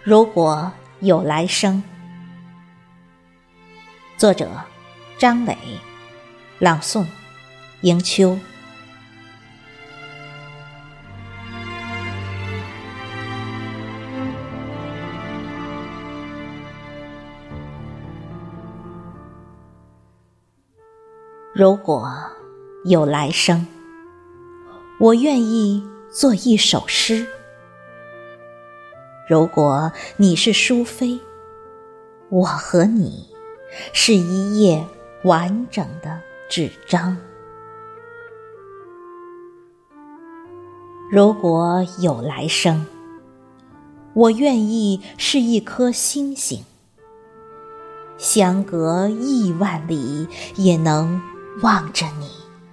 如果有来生。作者张磊，朗诵迎秋。如果有来生，我愿意做一首诗。如果你是淑妃，我和你是一页完整的纸张。如果有来生，我愿意是一颗星星，相隔亿万里也能望着你。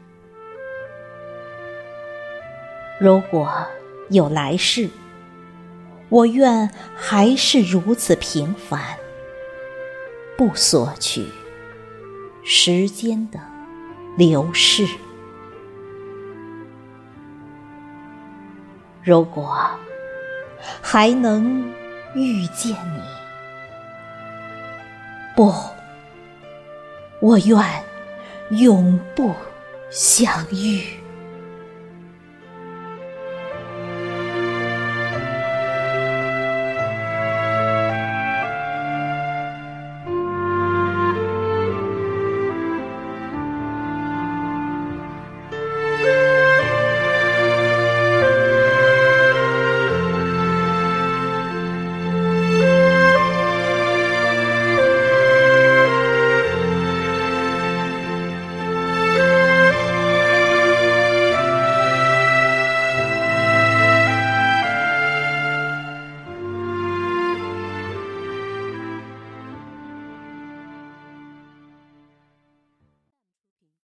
如果有来世，我愿还是如此平凡，不索取时间的流逝。如果还能遇见你，不，我愿永不相遇。